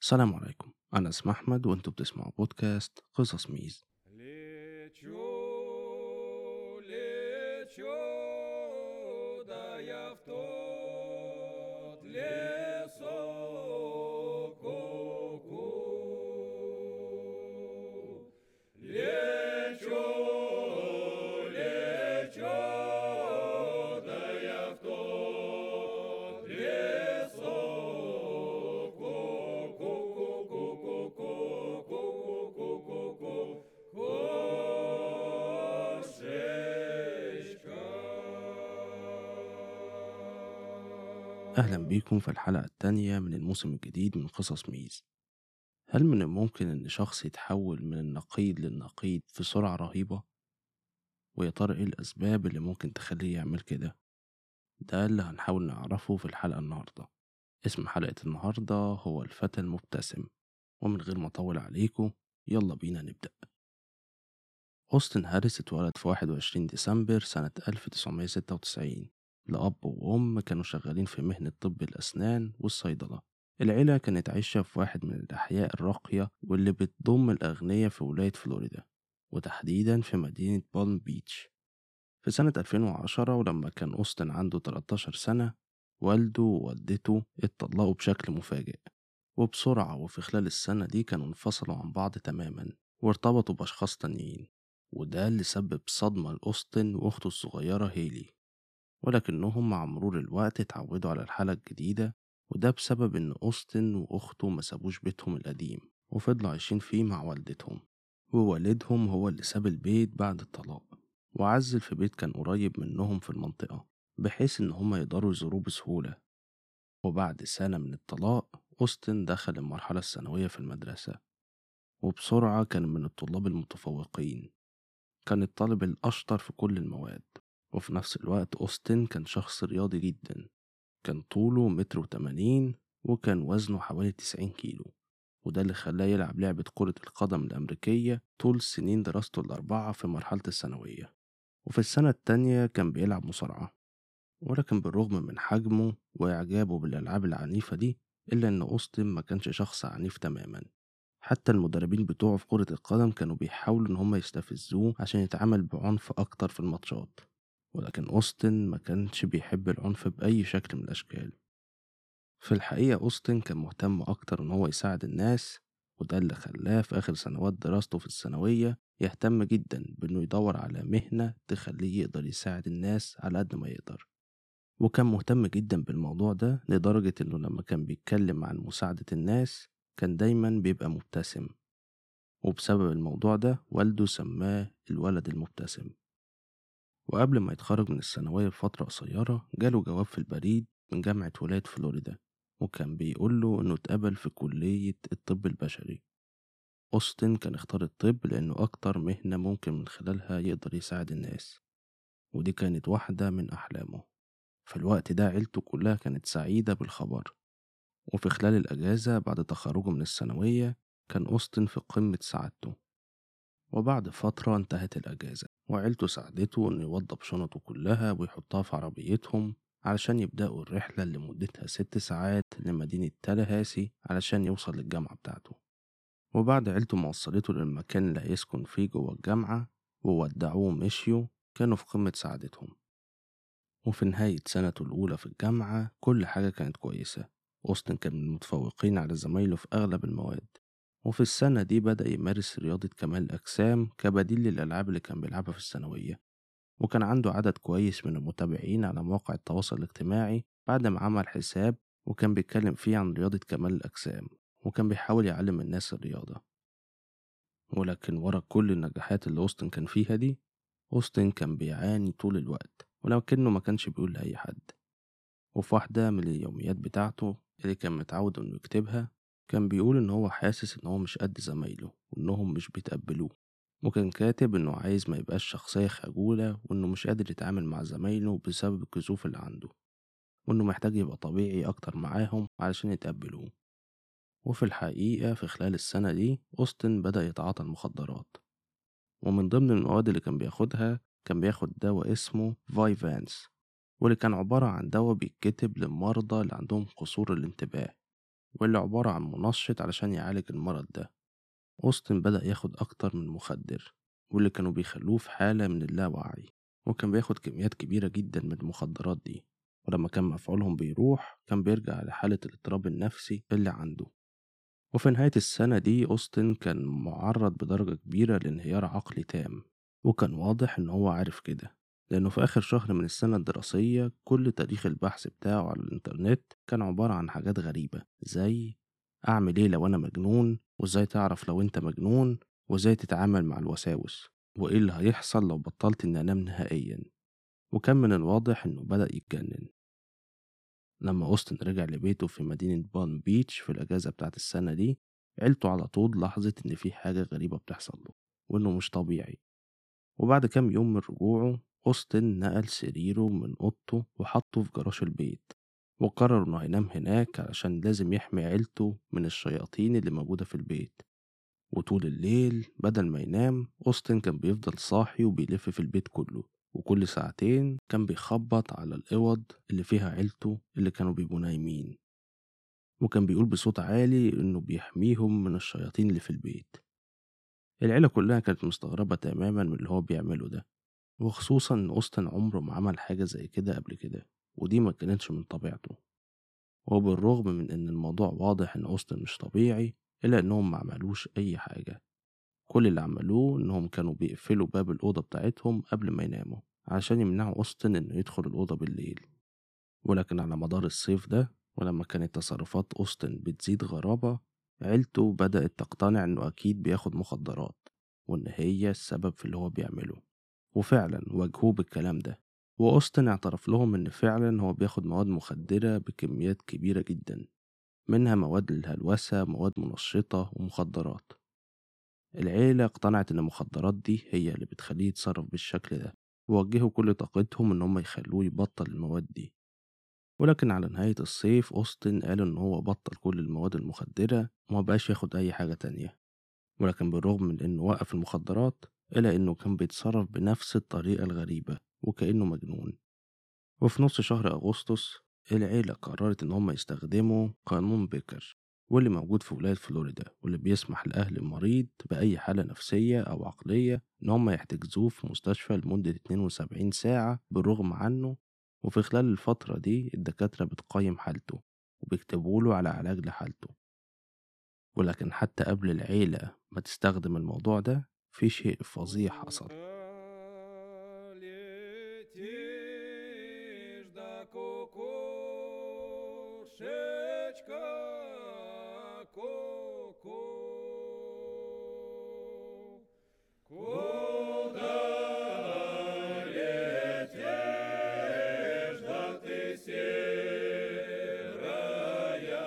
السلام عليكم، أنا اسمي أحمد وأنتوا بتسمعوا بودكاست قصص ميز. Лечу, лечу, да я в тот лесок ку-ку. Лечу, лечу, да я в тот лесок ку-ку-ку-ку-ку-ку-ку-ку-ку-ку. Кошечка. أهلا بيكم في الحلقة التانية من الموسم الجديد من قصص ميز. هل من الممكن إن شخص يتحول من النقيض للنقيض في سرعة رهيبة؟ ويا ترى إيه الأسباب اللي ممكن تخليه يعمل كده؟ ده اللي هنحاول نعرفه في الحلقة النهاردة. اسم حلقة النهاردة هو الفتى المبتسم، ومن غير ما أطول عليكم يلا بينا نبدأ. أوستن هاريس اتولد في 21 ديسمبر سنة 1996 لأب وأم كانوا شغالين في مهنة طب الأسنان والصيدلة. العيلة كانت عايشة في واحد من الأحياء الراقية واللي بتضم الأغنياء في ولاية فلوريدا، وتحديدا في مدينة بالم بيتش. في سنة 2010 ولما كان أوستن عنده 13 سنة، والده ووالدته اتطلقوا بشكل مفاجئ، وبسرعة وفي خلال السنة دي كانوا انفصلوا عن بعض تماما وارتبطوا بأشخاص تانيين، وده اللي سبب صدمة لأوستن وأخته الصغيرة هيلي. ولكنهم مع مرور الوقت اتعودوا على الحالة الجديدة، وده بسبب إن أوستن وأخته ما سابوش بيتهم القديم وفضلوا عايشين فيه مع والدتهم. ووالدهم هو اللي ساب البيت بعد الطلاق وعزل في بيت كان قريب منهم في المنطقة، بحيث إن هما يقدروا يزوروه بسهولة. وبعد سنة من الطلاق أوستن دخل المرحلة الثانوية في المدرسة، وبسرعة كان من الطلاب المتفوقين. كان الطالب الأشطر في كل المواد. وفي نفس الوقت أوستن كان شخص رياضي جدا. كان طوله 1.80 متر، وكان وزنه حوالي 90 كيلو، وده اللي خلاه يلعب لعبة كرة القدم الأمريكية طول سنين دراسته الأربعة في مرحلة الثانوية. وفي السنة التانية كان بيلعب مصارعة. ولكن بالرغم من حجمه وإعجابه بالألعاب العنيفة دي، إلا إن أوستن ما كانش شخص عنيف تماما. حتى المدربين بتوعه في كرة القدم كانوا بيحاولوا إن هم يستفزوه عشان يتعامل بعنف أكتر في الماتشات. ولكن أوستن ما كانش بيحب العنف بأي شكل من الأشكال. في الحقيقة أوستن كان مهتم أكتر إن هو يساعد الناس، وده اللي خلاه في آخر سنوات دراسته في الثانوية يهتم جدا بإنه يدور على مهنة تخليه يقدر يساعد الناس على قد ما يقدر. وكان مهتم جدا بالموضوع ده لدرجة إنه لما كان بيتكلم عن مساعدة الناس كان دايما بيبقى مبتسم. وبسبب الموضوع ده والده سماه الولد المبتسم. وقبل ما يتخرج من الثانوية بفترة قصيرة جاله جواب في البريد من جامعة ولاية فلوريدا، وكان بيقوله إنه اتقبل في كلية الطب البشري. أوستن كان اختار الطب لأنه أكتر مهنة ممكن من خلالها يقدر يساعد الناس، ودي كانت واحدة من أحلامه. في الوقت ده عيلته كلها كانت سعيدة بالخبر. وفي خلال الأجازة بعد تخرجه من الثانوية كان أوستن في قمة سعادته. وبعد فترة انتهت الأجازة وعيلته ساعدته إنه يوضب شنطه كلها ويحطها في عربيتهم علشان يبدأوا الرحلة اللي مدتها 6 ساعات لمدينة تالاهاسي علشان يوصل للجامعة بتاعته. وبعد عيلته ما وصلته للمكان اللي هيسكن فيه جوه الجامعة وودعوه ومشيوا، كانوا في قمة سعادتهم. وفي نهاية سنته الأولى في الجامعة كل حاجة كانت كويسة. أوستن كان من المتفوقين على زمايله في أغلب المواد. وفي السنة دي بدأ يمارس رياضة كمال الأجسام كبديل للألعاب اللي كان بيلعبها في الثانوية. وكان عنده عدد كويس من المتابعين على مواقع التواصل الاجتماعي بعد ما عمل حساب وكان بيتكلم فيه عن رياضة كمال الأجسام، وكان بيحاول يعلم الناس الرياضة. ولكن ورا كل النجاحات اللي أوستن كان فيها دي، أوستن كان بيعاني طول الوقت ولكنه ما كانش بيقول لأي حد. وفي واحدة من اليوميات بتاعته اللي كان متعود إنه يكتبها كان بيقول إن هو حاسس إن هو مش قد زمايله وإنهم مش بيتقبلوه. وكان كاتب إنه عايز ما يبقاش شخصية خجولة وإنه مش قادر يتعامل مع زمايله بسبب الكسوف اللي عنده، وإنه محتاج يبقى طبيعي أكتر معاهم علشان يتقبلوه. وفي الحقيقة في خلال السنة دي أوستن بدأ يتعاطى المخدرات، ومن ضمن المواد اللي كان بياخدها كان بياخد دواء اسمه فايفانس، واللي كان عبارة عن دواء بيتكتب للمرضى اللي عندهم قصور الانتباه. واللي عبارة عن منشط علشان يعالج المرض ده. أوستن بدأ ياخد أكتر من مخدر، واللي كانوا بيخلوه في حالة من اللاوعي، وكان بياخد كميات كبيرة جدا من المخدرات دي. ولما كان مفعولهم بيروح كان بيرجع لحالة الاضطراب النفسي اللي عنده. وفي نهاية السنة دي أوستن كان معرض بدرجة كبيرة لانهيار عقلي تام، وكان واضح إن هو عارف كده، لأنه في آخر شهر من السنة الدراسية كل تاريخ البحث بتاعه على الإنترنت كان عبارة عن حاجات غريبة، زي أعمل إيه لو أنا مجنون، وإزاي تعرف لو أنت مجنون، وإزاي تتعامل مع الوساوس، وإيه اللي هيحصل لو بطلت إني أنام نهائيا. وكان من الواضح إنه بدأ يتجنن. لما أوستن رجع لبيته في مدينة بالم بيتش في الأجازة بتاعت السنة دي، عيلته على طول لاحظت إن في حاجة غريبة بتحصل له، وإنه مش طبيعي. وبعد كام يوم من رجوعه، أوستن نقل سريره من أوضته وحطه في جراج البيت، وقرر إنه هينام هناك علشان لازم يحمي عيلته من الشياطين اللي موجودة في البيت. وطول الليل بدل ما ينام، أوستن كان بيفضل صاحي وبيلف في البيت كله، وكل ساعتين كان بيخبط على الأوض اللي فيها عيلته اللي كانوا بيبقوا نايمين، وكان بيقول بصوت عالي إنه بيحميهم من الشياطين اللي في البيت. العيلة كلها كانت مستغربة تماما من اللي هو بيعمله ده، وخصوصا إن أوستن عمره ما عمل حاجة زي كده قبل كده، ودي ما كانتش من طبيعته. وبالرغم من إن الموضوع واضح إن أوستن مش طبيعي، إلا إنهم ما عملوش أي حاجة. كل اللي عملوه إنهم كانوا بيقفلوا باب الأوضة بتاعتهم قبل ما يناموا عشان يمنعوا أوستن إنه يدخل الأوضة بالليل. ولكن على مدار الصيف ده، ولما كانت تصرفات أوستن بتزيد غرابة، عيلته بدأت تقتنع إنه أكيد بياخد مخدرات، وإن هي السبب في اللي هو بيعمله. وفعلا واجهوه بالكلام ده، وأوستن اعترف لهم إن فعلا هو بياخد مواد مخدرة بكميات كبيرة جدا، منها مواد للهلوسة، مواد منشطة، ومخدرات. العيلة اقتنعت إن المخدرات دي هي اللي بتخليه يتصرف بالشكل ده، ووجهوا كل طاقتهم إن هم يخلوه يبطل المواد دي. ولكن على نهاية الصيف أوستن قال إن هو بطل كل المواد المخدرة وما بقاش ياخد أي حاجة تانية. ولكن بالرغم من إنه وقف المخدرات، إلا إنه كان بيتصرف بنفس الطريقة الغريبة وكأنه مجنون. وفي نص شهر أغسطس، العيلة قررت إن هم يستخدموا قانون بيكر، واللي موجود في ولاية فلوريدا، واللي بيسمح لأهل المريض بأي حالة نفسية أو عقلية إن هم يحتجزوه في مستشفى لمدة 72 ساعة بالرغم عنه. وفي خلال الفترة دي الدكاترة بتقيم حالته وبيكتبوله على علاج لحالته. ولكن حتى قبل العيلة ما تستخدم الموضوع ده، في شيء فظيع حصل. Полетишь до кукушечка, ку-ку. Куда летишь, да ты серая,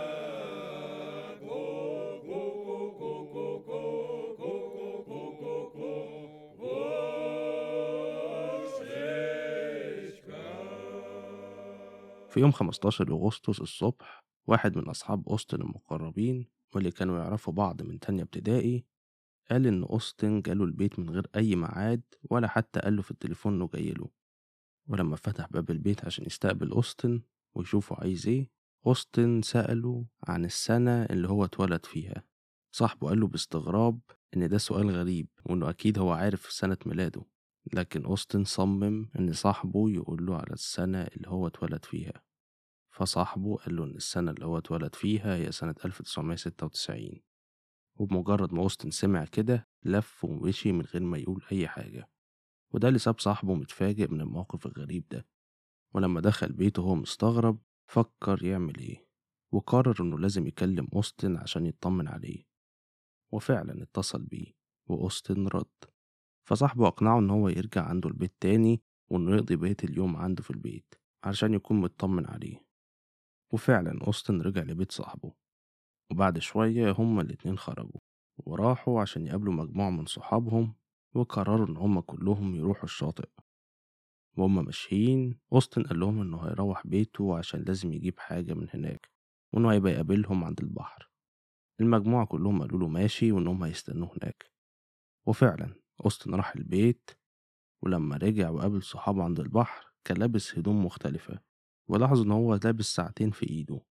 في يوم 15 أغسطس الصبح، واحد من أصحاب أوستن المقربين واللي كانوا يعرفوا بعض من تانية ابتدائي قال إن أوستن جاله البيت من غير أي ميعاد، ولا حتى قاله في التليفون إنه جايله. ولما فتح باب البيت عشان يستقبل أوستن ويشوفه عايز إيه، أوستن سأله عن السنة اللي هو اتولد فيها. صاحبه قاله باستغراب إن ده سؤال غريب، وإنه أكيد هو عارف سنة ميلاده. لكن أوستن صمم إن صاحبه يقوله على السنة اللي هو اتولد فيها. فصاحبه قاله إن السنة اللي هو اتولد فيها هي سنة 1996. وبمجرد ما أوستن سمع كده لف ومشي من غير ما يقول أي حاجة. وده اللي ساب صاحبه متفاجئ من الموقف الغريب ده. ولما دخل بيته هو مستغرب، فكر يعمل إيه، وقرر إنه لازم يكلم أوستن عشان يطمن عليه. وفعلا اتصل بيه، وأوستن رد. فصاحبه أقنعه إن هو يرجع عنده البيت تاني، وإنه يقضي بقية اليوم عنده في البيت علشان يكون مطمن عليه. وفعلا أوستن رجع لبيت صاحبه. وبعد شوية هما الاتنين خرجوا وراحوا عشان يقابلوا مجموعة من صحابهم، وقرروا إن هما كلهم يروحوا الشاطئ. وهما ماشيين، أوستن قال لهم إنه هيروح بيته عشان لازم يجيب حاجة من هناك، وإنه هيبقى يقابلهم عند البحر. المجموعة كلهم قالوا له ماشي، وإنهم هيستنوه هناك. وفعلا أوستن راح البيت، ولما رجع وقابل صحابه عند البحر كان لابس هدوم مختلفة، ولاحظوا إن هو لابس ساعتين في إيده.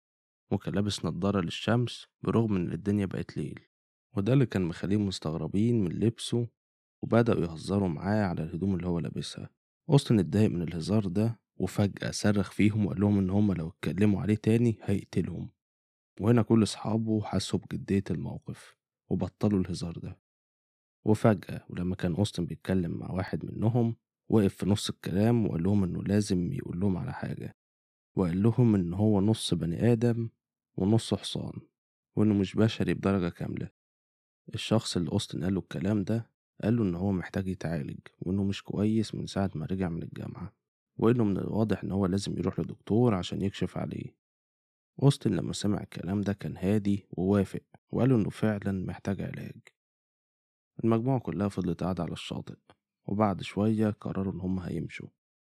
وكان لابس نضارة للشمس برغم إن الدنيا بقت ليل، وده اللي كان مخليهم مستغربين من لبسه، وبدأوا يهزروا معاه على الهدوم اللي هو لابسها. أوستن اتضايق من الهزار ده وفجأة صرخ فيهم وقال لهم إن هما لو اتكلموا عليه تاني هيقتلهم. وهنا كل أصحابه حسوا بجدية الموقف وبطلوا الهزار ده. وفجأة ولما كان أوستن بيتكلم مع واحد منهم، وقف في نص الكلام وقال لهم إنه لازم يقول لهم على حاجة، وقال لهم إن هو نص بني آدم ونص حصان، وإنه مش بشري بدرجة كاملة. الشخص اللي أوستن قاله الكلام ده قاله إن هو محتاج يتعالج وإنه مش كويس من ساعة ما رجع من الجامعة، وإنه من الواضح إن هو لازم يروح لدكتور عشان يكشف عليه. أوستن لما سمع الكلام ده كان هادي ووافق، وقاله إنه فعلا محتاج علاج. المجموعة كلها فضلت قاعدة على الشاطئ، وبعد شوية قرروا إن هم هيمشوا،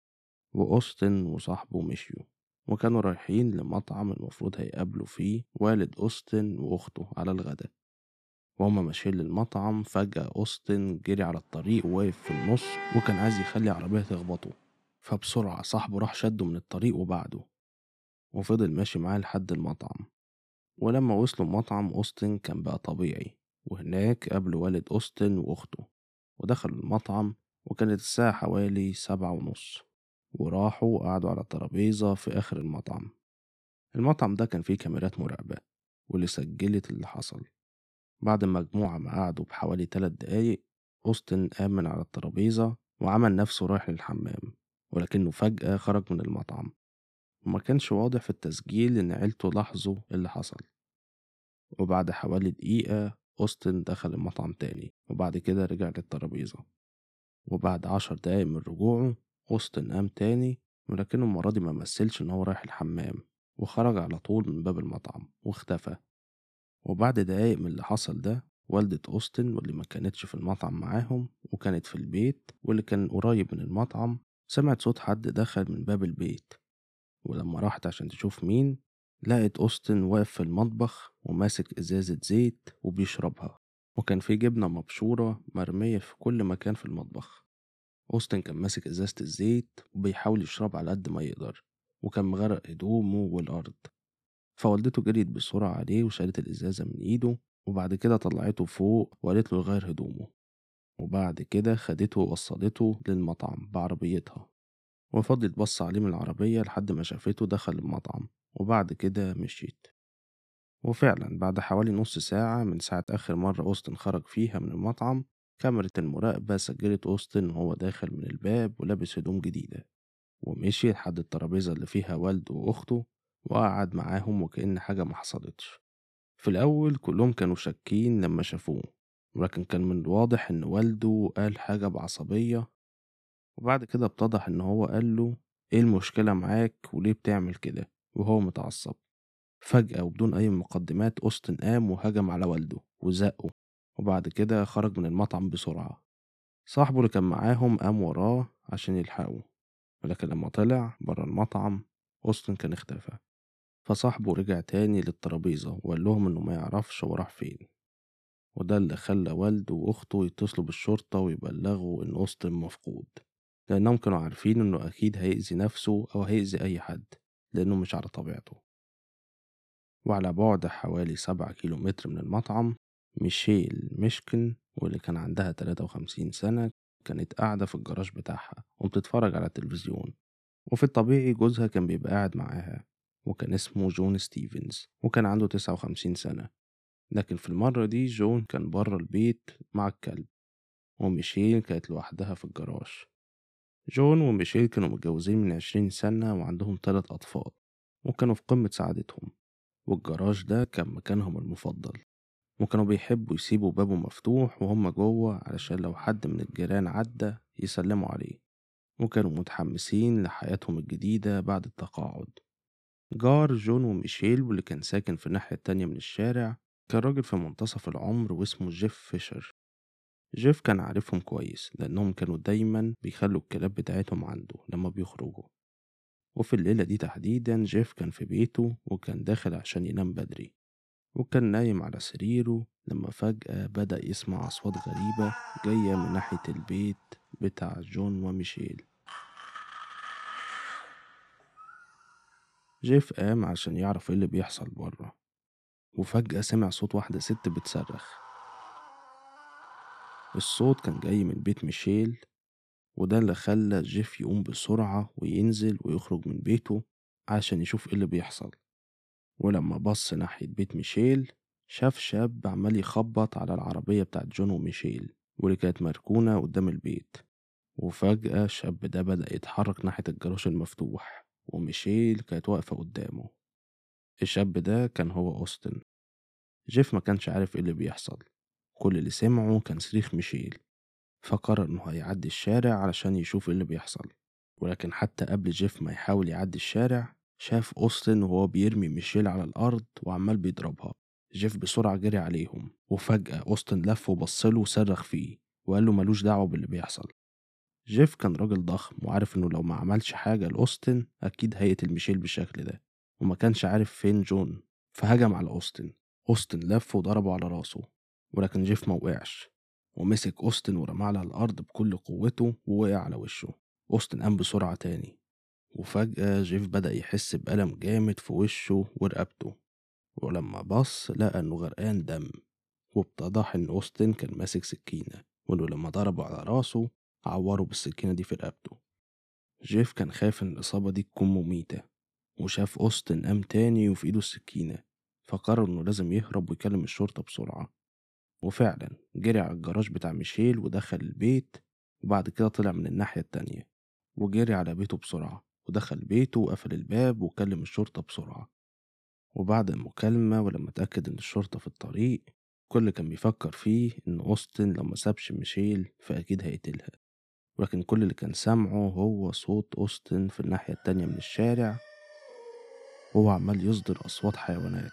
وأوستن وصاحبه مشيوا، وكانوا رايحين لمطعم المفروض هيقابلوا فيه والد أوستن وأخته على الغدا. وهما ماشيين للمطعم فجأة أوستن جري على الطريق ووقف في النص وكان عايز يخلي عربية تخبطه، فبسرعة صاحبه راح شده من الطريق وبعده، وفضل ماشي معاه لحد المطعم. ولما وصلوا المطعم أوستن كان بقى طبيعي، وهناك قابلوا والد أوستن وأخته، ودخلوا المطعم وكانت الساعة حوالي 7:30، وراحوا قعدوا على ترابيزة في آخر المطعم. المطعم ده كان فيه كاميرات مراقبة واللي سجلت اللي حصل. بعد المجموعة ما قعدوا بحوالي 3 دقايق، أوستن قام من على الترابيزة وعمل نفسه رايح للحمام، ولكنه فجأة خرج من المطعم، وما كانش واضح في التسجيل إن عيلته لاحظوا اللي حصل. وبعد حوالي دقيقة أوستن دخل المطعم تاني وبعد كده رجع للترابيزة. وبعد 10 دقايق من رجوعه أوستن قام تاني، ولكنه المرة دي ما مثلش إن هو رايح الحمام، وخرج على طول من باب المطعم واختفى. وبعد دقايق من اللي حصل ده، والدة أوستن واللي ما كانتش في المطعم معاهم وكانت في البيت واللي كان قريب من المطعم سمعت صوت حد دخل من باب البيت، ولما راحت عشان تشوف مين لقت أوستن واقف في المطبخ وماسك إزازة زيت وبيشربها، وكان في جبنة مبشورة مرمية في كل مكان في المطبخ. أوستن كان ماسك إزازة الزيت وبيحاول يشرب على قد ما يقدر، وكان مغرق هدومه والأرض. فوالدته جريت بسرعة عليه وشالت الإزازة من إيده، وبعد كده طلعته فوق وقالت له يغير هدومه، وبعد كده خدته ووصلته للمطعم بعربيتها، وفضلت بص عليه من العربية لحد ما شافته دخل المطعم، وبعد كده مشيت. وفعلا بعد حوالي نص ساعة من ساعة آخر مرة أوستن خرج فيها من المطعم، كاميرا المراقبة سجلت أوستن وهو داخل من الباب ولابس هدوم جديدة، ومشي لحد الترابيزة اللي فيها والده وأخته وقعد معاهم وكأن حاجة ما حصلتش. في الأول كلهم كانوا شاكين لما شافوه، ولكن كان من الواضح إن والده قال حاجة بعصبية، وبعد كده اتضح إن هو قال له إيه المشكلة معاك وليه بتعمل كده وهو متعصب. فجأة وبدون أي مقدمات أوستن قام وهجم على والده وزقه، وبعد كده خرج من المطعم بسرعة. صاحبه اللي كان معاهم قام وراه عشان يلحقه، ولكن لما طلع برا المطعم أوستن كان اختفى. فصاحبه رجع تاني للترابيزة وقال لهم إنه ما يعرفش هو راح فين، وده اللي خلى والده وأخته يتصلوا بالشرطة ويبلغوا إن أوستن مفقود، لأنهم كانوا عارفين إنه أكيد هيأذي نفسه أو هيأذي أي حد لأنه مش على طبيعته. وعلى بعد حوالي 7 كيلومتر من المطعم، ميشيل ميشكن واللي كان عندها 53 سنة كانت قاعدة في الجراج بتاعها وبتتفرج على التلفزيون. وفي الطبيعي جوزها كان بيبقى قاعد معاها، وكان اسمه جون ستيفنز وكان عنده 59 سنة. لكن في المرة دي جون كان برا البيت مع الكلب، وميشيل كانت لوحدها في الجراج. جون وميشيل كانوا متجوزين من 20 سنة وعندهم 3 أطفال، وكانوا في قمة سعادتهم، والجراج ده كان مكانهم المفضل، وكانوا بيحبوا يسيبوا بابه مفتوح وهم جوه علشان لو حد من الجيران عدى يسلموا عليه، وكانوا متحمسين لحياتهم الجديدة بعد التقاعد. جار جون وميشيل واللي كان ساكن في الناحية التانية من الشارع كان راجل في منتصف العمر واسمه جيف فيشر. جيف كان عارفهم كويس لأنهم كانوا دايما بيخلوا الكلاب بتاعتهم عنده لما بيخرجوا. وفي الليلة دي تحديدا جيف كان في بيته وكان داخل عشان ينام بدري، وكان نايم على سريره لما فجأة بدأ يسمع أصوات غريبة جاية من ناحية البيت بتاع جون وميشيل. جيف قام عشان يعرف ايه اللي بيحصل بره، وفجأة سمع صوت واحدة ست بتصرخ. الصوت كان جاي من بيت ميشيل، وده اللي خلى جيف يقوم بسرعة وينزل ويخرج من بيته عشان يشوف ايه اللي بيحصل. ولما بص ناحية بيت ميشيل شاف شاب عمال يخبط على العربية بتاعت جون وميشيل واللي كانت مركونة قدام البيت. وفجأة الشاب ده بدأ يتحرك ناحية الجراج المفتوح، وميشيل كانت واقفة قدامه. الشاب ده كان هو أوستن. جيف ما كانش عارف ايه اللي بيحصل، كل اللي سمعه كان صريخ ميشيل، فقرر انه هيعدي الشارع علشان يشوف ايه اللي بيحصل. ولكن حتى قبل جيف ما يحاول يعدي الشارع شاف أوستن وهو بيرمي ميشيل على الأرض وعمال بيضربها. جيف بسرعة جري عليهم، وفجأة أوستن لف وبصله وصرخ فيه وقال له ملوش دعوة باللي بيحصل. جيف كان راجل ضخم وعارف انه لو ما عملش حاجة لأوستن أكيد هيقتل ميشيل بالشكل ده، وما كانش عارف فين جون، فهجم على أوستن. أوستن لف وضربه على راسه، ولكن جيف ما وقعش، ومسك أوستن ورماه على الأرض بكل قوته ووقع على وشه. أوستن قام بسرعة تاني، وفجأة جيف بدأ يحس بألم جامد في وشه ورقبته، ولما بص لقى إنه غرقان دم، واتضح إن أوستن كان ماسك سكينة، وإنه لما ضربه على راسه عوره بالسكينة دي في رقبته. جيف كان خايف إن الإصابة دي تكون مميتة، وشاف أوستن قام تاني وفي إيده السكينة، فقرر إنه لازم يهرب ويكلم الشرطة بسرعة. وفعلا جري على الجراج بتاع ميشيل ودخل البيت، وبعد كده طلع من الناحية التانية وجري على بيته بسرعة، ودخل بيته وقفل الباب وكلم الشرطة بسرعة. وبعد المكالمة ولما اتأكد إن الشرطة في الطريق، كل اللي كان بيفكر فيه إن أوستن لو مسابش ميشيل فأكيد هيقتلها. ولكن كل اللي كان سامعه هو صوت أوستن في الناحية التانية من الشارع وهو عمال يصدر أصوات حيوانات،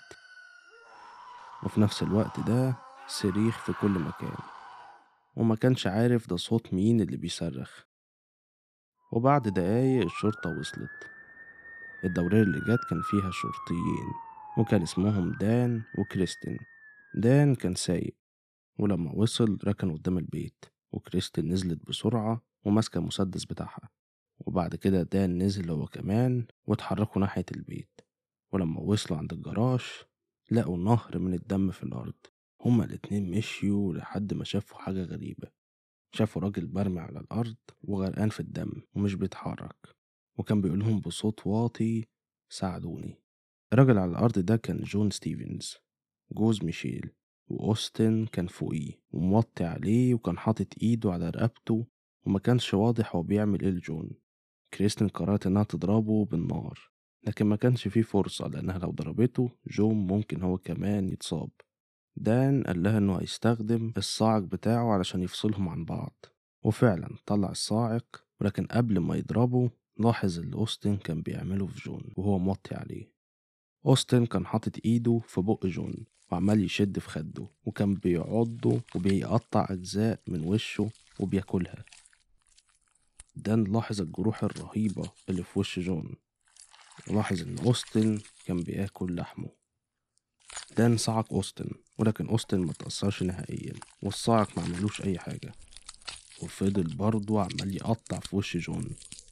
وفي نفس الوقت ده صريخ في كل مكان، وما كانش عارف ده صوت مين اللي بيصرخ. وبعد دقايق الشرطة وصلت. الدورية اللي جت كان فيها شرطيين، وكان اسمهم دان وكريستين. دان كان سايق، ولما وصل ركن قدام البيت، وكريستين نزلت بسرعة وماسكة المسدس بتاعها. وبعد كده دان نزل هو كمان واتحركوا ناحية البيت. ولما وصلوا عند الجراج لقوا نهر من الدم في الأرض. هما الاتنين مشيوا لحد ما شافوا حاجة غريبة. شافوا راجل مرمي على الأرض وغرقان في الدم ومش بيتحرك، وكان بيقولهم بصوت واطي ساعدوني. الراجل على الأرض ده كان جون ستيفنز جوز ميشيل، وأوستن كان فوقيه وموطي عليه وكان حاطط إيده على رقبته، وما كانش واضح هو بيعمل إيه لجون. كريستين قررت إنها تضربه بالنار، لكن ما كانش فيه فرصة لأنها لو ضربته جون ممكن هو كمان يتصاب. دان قال لها إنه هيستخدم الصاعق بتاعه علشان يفصلهم عن بعض، وفعلا طلع الصاعق، ولكن قبل ما يضربه لاحظ اللي أوستن كان بيعمله في جون وهو موطي عليه. أوستن كان حاطط إيده في بق جون وعمال يشد في خده، وكان بيعضه وبيقطع أجزاء من وشه وبياكلها. دان لاحظ الجروح الرهيبة اللي في وش جون، ولاحظ إن أوستن كان بياكل لحمه. دان صعق أوستن، ولكن أوستن ما تأثرش نهائيا، والصاعق ما عملوش أي حاجة، وفضل برضه عمال يقطع في وش جون.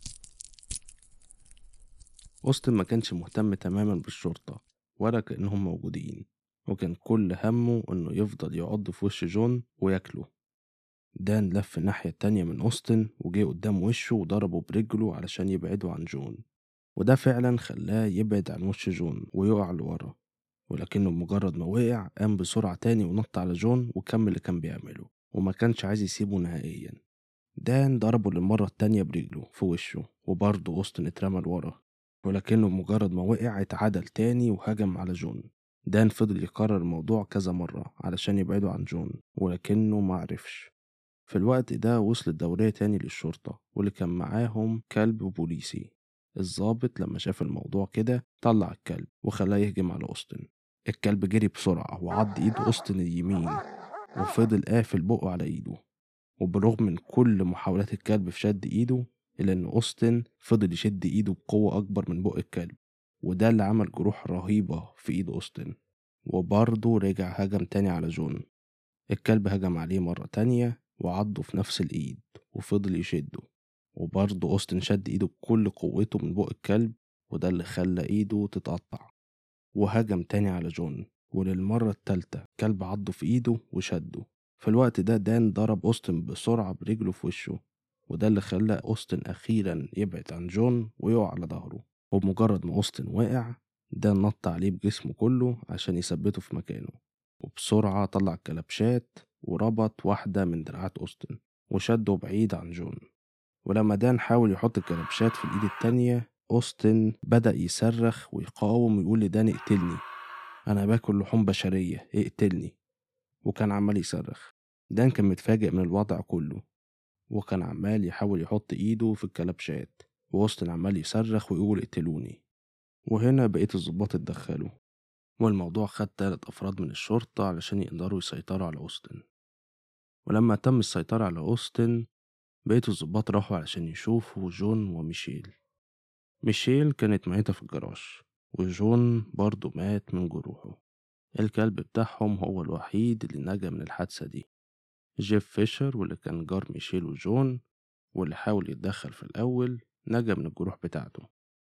أوستن ما كانش مهتم تماما بالشرطة ولا كأنهم موجودين، وكان كل همه إنه يفضل يعض في وش جون وياكله. دان لف الناحية التانية من أوستن وجه قدام وشه وضربه برجله علشان يبعده عن جون، وده فعلا خلاه يبعد عن وش جون ويقع لورا. ولكنه مجرد ما وقع قام بسرعة تاني ونط على جون وكمل اللي كان بيعمله، وما كانش عايز يسيبه نهائيا. دان ضربه للمرة التانية برجله في وشه، وبرضه أوستن اترمى لورا، ولكنه مجرد ما وقع اتعدل تاني وهجم على جون. دان فضل يكرر الموضوع كذا مرة علشان يبعده عن جون، ولكنه معرفش. في الوقت ده وصل الدورية تاني للشرطة واللي كان معاهم كلب بوليسي. الضابط لما شاف الموضوع كده طلع الكلب وخلاه يهجم على أوستن. الكلب جري بسرعة وعض إيد أوستن اليمين وفضل قافل بقه على إيده، وبرغم من كل محاولات الكلب في شد إيده إلا إن أوستن فضل يشد إيده بقوة أكبر من بق الكلب، وده اللي عمل جروح رهيبة في إيد أوستن. وبرضه رجع هجم تاني على جون. الكلب هجم عليه مرة تانية وعضه في نفس الإيد وفضل يشده، وبرضه أوستن شد إيده بكل قوته من بق الكلب وده اللي خلى إيده تتقطع، وهجم تاني على جون، وللمرة التالتة كلب عضه في إيده وشده. في الوقت ده دان ضرب أوستن بسرعة برجله في وشه، وده اللي خلى أوستن أخيرا يبعد عن جون ويقع على ظهره. وبمجرد ما أوستن وقع، دان نط عليه بجسمه كله عشان يثبته في مكانه، وبسرعة طلع الكلبشات وربط واحدة من دراعات أوستن وشده بعيد عن جون. ولما دان حاول يحط الكلبشات في الإيد التانية، أوستن بدأ يصرخ ويقاوم ويقول لدان اقتلني، أنا باكل لحوم بشرية، اقتلني. وكان عمال يصرخ. دان كان متفاجئ من الوضع كله، وكان عمال يحاول يحط إيده في الكلبشات، وأوستن عمال يصرخ ويقول اقتلوني. وهنا بقية الضباط اتدخلوا، والموضوع خد 3 أفراد من الشرطة علشان يقدروا يسيطروا على أوستن. ولما تم السيطرة على أوستن، بقية الضباط راحوا علشان يشوفوا جون وميشيل. ميشيل كانت ميتة في الجراج، وجون برضه مات من جروحه. الكلب بتاعهم هو الوحيد اللي نجا من الحادثة دي، جيف فيشر، واللي كان جار ميشيل وجون واللي حاول يتدخل في الأول، نجا من الجروح بتاعته.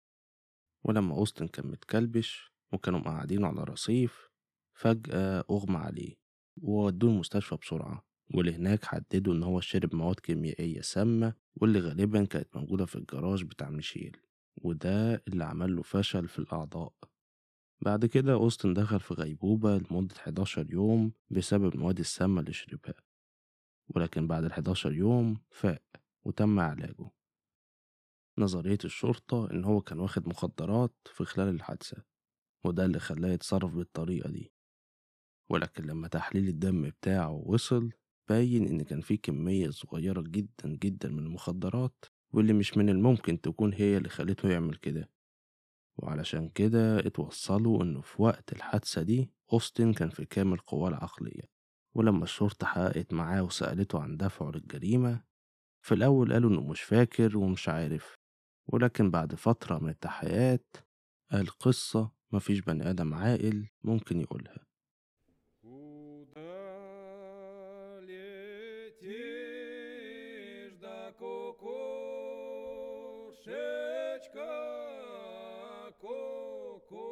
ولما أوستن كان متكلبش وكانوا قاعدين على رصيف، فجأة أغمى عليه وودوه المستشفى بسرعة، واللي هناك حددوا إن هو شرب مواد كيميائية سامة، واللي غالبا كانت موجودة في الجراج بتاع ميشيل، وده اللي عمل له فشل في الأعضاء. بعد كده أوستن دخل في غيبوبة لمدة 11 يوم بسبب المواد السامة اللي شربها، ولكن بعد 11 يوم فاق وتم علاجه. نظرية الشرطة إن هو كان واخد مخدرات في خلال الحادثة، وده اللي خلاه يتصرف بالطريقة دي. ولكن لما تحليل الدم بتاعه وصل، باين إن كان فيه كمية صغيرة جدا جدا من المخدرات، واللي مش من الممكن تكون هي اللي خلته يعمل كده. وعلشان كده اتوصلوا إنه في وقت الحادثة دي أوستن كان في كامل قواه العقلية. ولما الشرطة حققت معاه وسألته عن دفعه للجريمة، في الأول قالوا إنه مش فاكر ومش عارف، ولكن بعد فترة من التحقيقات قال قصة مفيش بني آدم عاقل ممكن يقولها. Куда летишь, да кукушечка, ку-ку?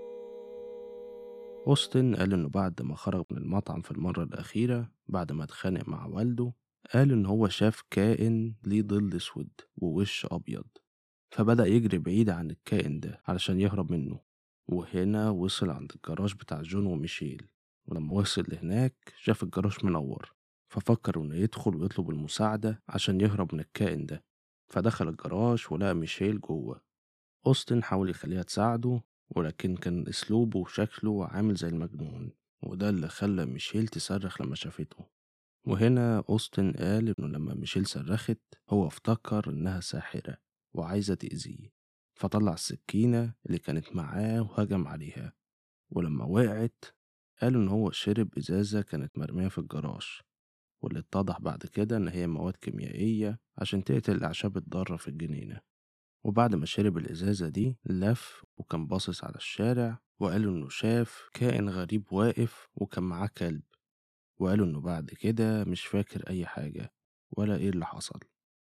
أوستن قال إنه بعد ما خرج من المطعم في المرة الأخيرة بعد ما اتخانق مع والده، قال إن هو شاف كائن ليه ظل أسود ووش أبيض، فبدأ يجري بعيد عن الكائن ده علشان يهرب منه. وهنا وصل عند الجراج بتاع جون وميشيل، ولما وصل لهناك شاف الجراج منور، ففكر إنه يدخل ويطلب المساعدة عشان يهرب من الكائن ده. فدخل الجراج ولقى ميشيل جوه. أوستن حاول يخليها تساعده، ولكن كان أسلوبه وشكله عامل زي المجنون، وده اللي خلى ميشيل تصرخ لما شافته. وهنا أوستن قال إنه لما ميشيل صرخت هو افتكر إنها ساحرة وعايزة تأذيه، فطلع السكينة اللي كانت معاه وهجم عليها. ولما وقعت قال إن هو شرب إزازة كانت مرمية في الجراج، واللي اتضح بعد كده إن هي مواد كيميائية عشان تقتل الأعشاب الضارة في الجنينة. وبعد ما شرب الإزازة دي لف وكان باصص على الشارع، وقالوا إنه شاف كائن غريب واقف وكان معاه كلب، وقالوا إنه بعد كده مش فاكر أي حاجة ولا إيه اللي حصل.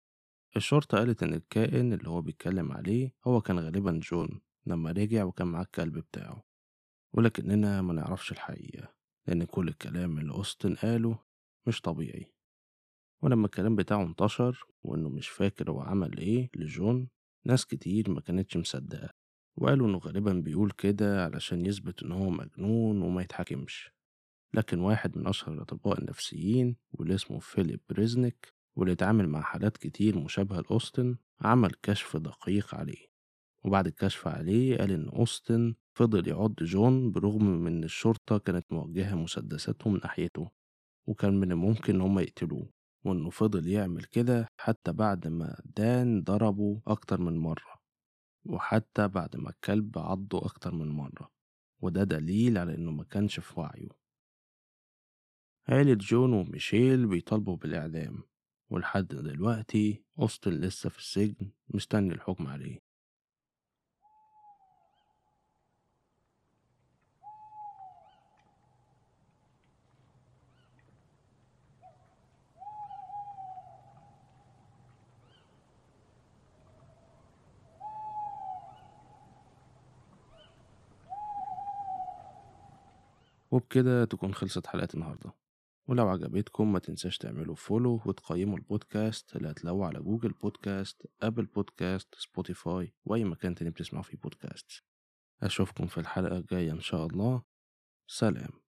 الشرطة قالت إن الكائن اللي هو بيتكلم عليه هو كان غالبا جون لما رجع وكان معاه الكلب بتاعه، ولكننا ما نعرفش الحقيقة لأن كل الكلام اللي أوستن قاله مش طبيعي. ولما الكلام بتاعه انتشر وإنه مش فاكر هو عمل إيه لجون، ناس كتير ما كانتش مصدقة، وقالوا إنه غالبا بيقول كده علشان يثبت إن هو مجنون وما يتحاكمش. لكن واحد من أشهر الأطباء النفسيين واللي اسمه فيليب بريزنيك، واللي اتعامل مع حالات كتير مشابهة لأوستن، عمل كشف دقيق عليه. وبعد الكشف عليه قال إن أوستن فضل يعض جون برغم من إن الشرطة كانت موجهة مسدساتهم ناحيته، وكان من الممكن إن هم يقتلوه، وإنه فضل يعمل كده حتى بعد ما دان ضربه أكتر من مرة، وحتى بعد ما الكلب عضه أكتر من مرة، وده دليل على إنه ما كانش في وعيه. عيلة جون وميشيل بيطالبوا بالإعدام، ولحد دلوقتي أوستن لسه في السجن مستني الحكم عليه. وبكده تكون خلصت حلقة النهاردة، ولو عجبتكم ما تنساش تعملوا فولو وتقيموا البودكاست اللي هتلاقوه على جوجل بودكاست، أبل بودكاست، سبوتيفاي، وأي مكان تاني بتسمعوا فيه بودكاست. أشوفكم في الحلقة الجاية إن شاء الله. سلام.